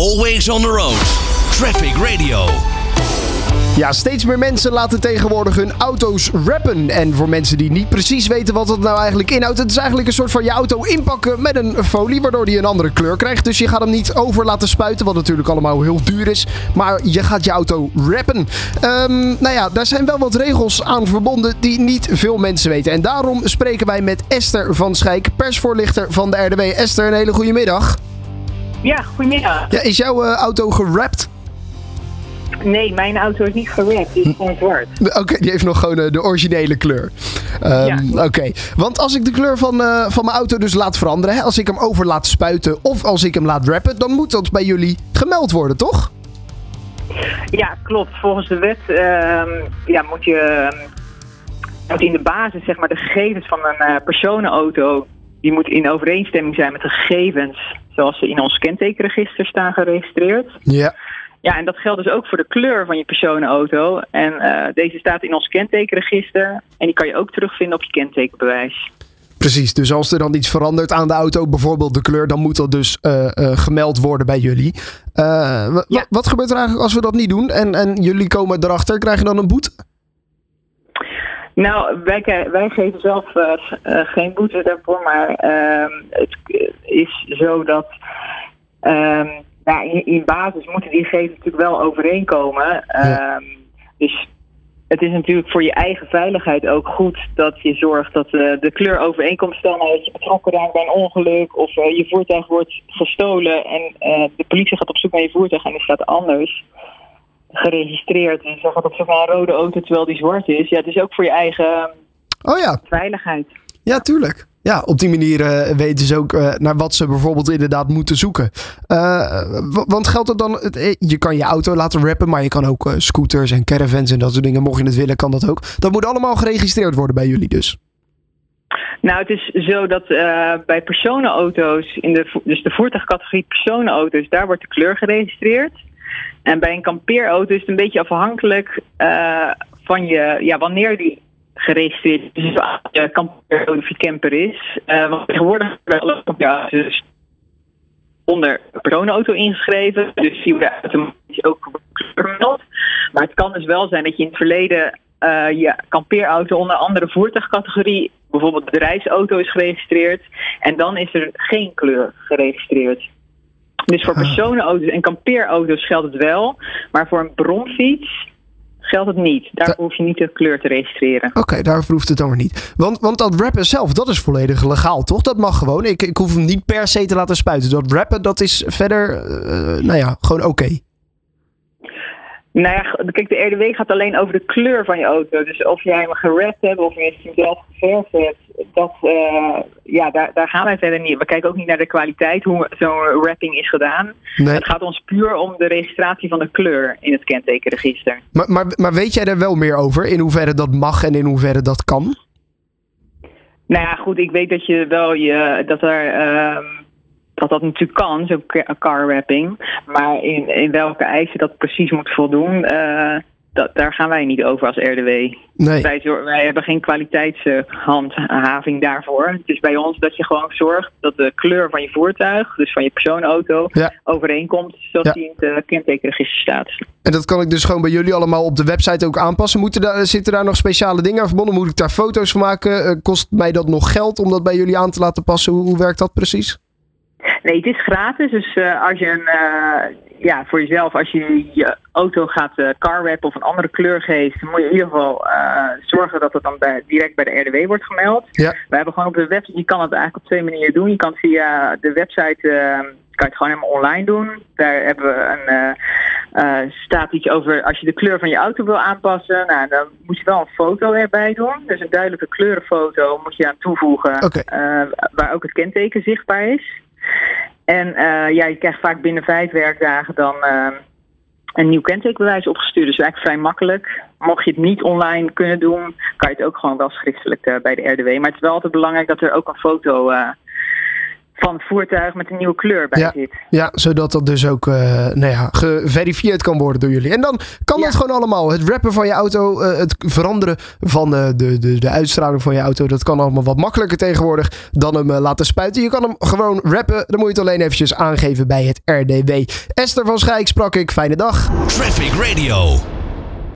Always on the road. Traffic Radio. Ja, steeds meer mensen laten tegenwoordig hun auto's wrappen. En voor mensen die niet precies weten wat dat nou eigenlijk inhoudt, het is eigenlijk een soort van je auto inpakken met een folie, waardoor die een andere kleur krijgt. Dus je gaat hem niet over laten spuiten, wat natuurlijk allemaal heel duur is. Maar je gaat je auto wrappen. Nou ja, daar zijn wel wat regels aan verbonden die niet veel mensen weten. En daarom spreken wij met Esther van Schijk, persvoorlichter van de RDW. Esther, een hele goede middag. Ja, goedemiddag. Ja, is jouw auto gewrapt? Nee, mijn auto is niet gewrapt. Die is gewoon zwart. Oké, die heeft nog gewoon de originele kleur. Ja. Oké, want als ik de kleur van mijn auto dus laat veranderen, hè, als ik hem over laat spuiten of als ik hem laat wrappen, dan moet dat bij jullie gemeld worden, toch? Ja, klopt. Volgens de wet moet in de basis, zeg maar, de gegevens van een personenauto, die moet in overeenstemming zijn met de gegevens zoals ze in ons kentekenregister staan geregistreerd. Ja. Ja, en dat geldt dus ook voor de kleur van je personenauto. En deze staat in ons kentekenregister. En die kan je ook terugvinden op je kentekenbewijs. Precies, dus als er dan iets verandert aan de auto, bijvoorbeeld de kleur, dan moet dat dus gemeld worden bij jullie. Wat gebeurt er eigenlijk als we dat niet doen en jullie komen erachter? Krijg je dan een boete? Nou, wij geven zelf geen boete daarvoor. Maar het is zo dat in basis moeten die gegevens natuurlijk wel overeenkomen. Ja. Dus het is natuurlijk voor je eigen veiligheid ook goed dat je zorgt dat de kleur overeenkomt. Stel nou dat je betrokken raakt bij een ongeluk of je voertuig wordt gestolen en de politie gaat op zoek naar je voertuig en die staat anders geregistreerd. En ze gaat op zoek naar een rode auto terwijl die zwart is. Ja, het is ook voor je eigen veiligheid. Ja, tuurlijk. Ja, op die manier weten ze ook naar wat ze bijvoorbeeld inderdaad moeten zoeken. Want geldt het dan, je kan je auto laten wrappen, maar je kan ook scooters en caravans en dat soort dingen. Mocht je het willen, kan dat ook. Dat moet allemaal geregistreerd worden bij jullie dus. Nou, het is zo dat bij personenauto's, dus de voertuigcategorie personenauto's, daar wordt de kleur geregistreerd. En bij een kampeerauto is het een beetje afhankelijk van wanneer die geregistreerd is. Dus als je kampeerauto of je camper is. Want tegenwoordig bij alle kampeerauto's onder personenauto ingeschreven. Dus die worden automatisch ook vermeld. Maar het kan dus wel zijn dat je in het verleden je kampeerauto onder andere voertuigcategorie, bijvoorbeeld bedrijfsauto, is geregistreerd. En dan is er geen kleur geregistreerd. Dus voor personenauto's en kampeerauto's geldt het wel. Maar voor een bromfiets geldt het niet. Daarvoor hoef je niet de kleur te registreren. Oké, daarvoor hoeft het dan weer niet. Want dat wrappen zelf, dat is volledig legaal, toch? Dat mag gewoon. Ik hoef hem niet per se te laten spuiten. Dat wrappen, dat is verder, gewoon oké. Nou ja, kijk, de RDW gaat alleen over de kleur van je auto. Dus of jij hem gerapt hebt of je hem zelf geverfd hebt, daar gaan wij verder niet. We kijken ook niet naar de kwaliteit, hoe zo'n wrapping is gedaan. Nee. Het gaat ons puur om de registratie van de kleur in het kentekenregister. Maar weet jij er wel meer over? In hoeverre dat mag en in hoeverre dat kan? Nou ja, goed, ik weet dat je wel dat natuurlijk kan, zo'n car wrapping. Maar in welke eisen dat precies moet voldoen, daar gaan wij niet over als RDW. Nee. Wij hebben geen kwaliteitshandhaving daarvoor. Het is bij ons dat je gewoon zorgt dat de kleur van je voertuig, dus van je personenauto, overeenkomt zoals die in het kentekenregister staat. En dat kan ik dus gewoon bij jullie allemaal op de website ook aanpassen. Zitten daar nog speciale dingen aan verbonden? Moet ik daar foto's van maken? Kost mij dat nog geld om dat bij jullie aan te laten passen? Hoe werkt dat precies? Nee, het is gratis. Dus als je voor jezelf, als je je auto gaat car wrappen of een andere kleur geeft, moet je in ieder geval zorgen dat het dan direct bij de RDW wordt gemeld. Ja. We hebben gewoon op de website, je kan het eigenlijk op 2 manieren doen. Je kan via de website, kan je het gewoon helemaal online doen. Daar hebben we staat iets over, als je de kleur van je auto wil aanpassen, nou, dan moet je wel een foto erbij doen. Dus een duidelijke kleurenfoto moet je aan toevoegen, waar ook het kenteken zichtbaar is. En je krijgt vaak binnen 5 werkdagen dan een nieuw kentekenbewijs opgestuurd. Dus eigenlijk vrij makkelijk. Mocht je het niet online kunnen doen, kan je het ook gewoon wel schriftelijk bij de RDW. Maar het is wel altijd belangrijk dat er ook een foto van het voertuig met een nieuwe kleur bij zit. Ja, zodat dat dus ook geverifieerd kan worden door jullie. En dan kan dat gewoon allemaal. Het rappen van je auto, het veranderen van de uitstraling van je auto. Dat kan allemaal wat makkelijker tegenwoordig dan hem laten spuiten. Je kan hem gewoon rappen. Dan moet je het alleen eventjes aangeven bij het RDW. Esther van Schijk sprak ik. Fijne dag. Traffic Radio.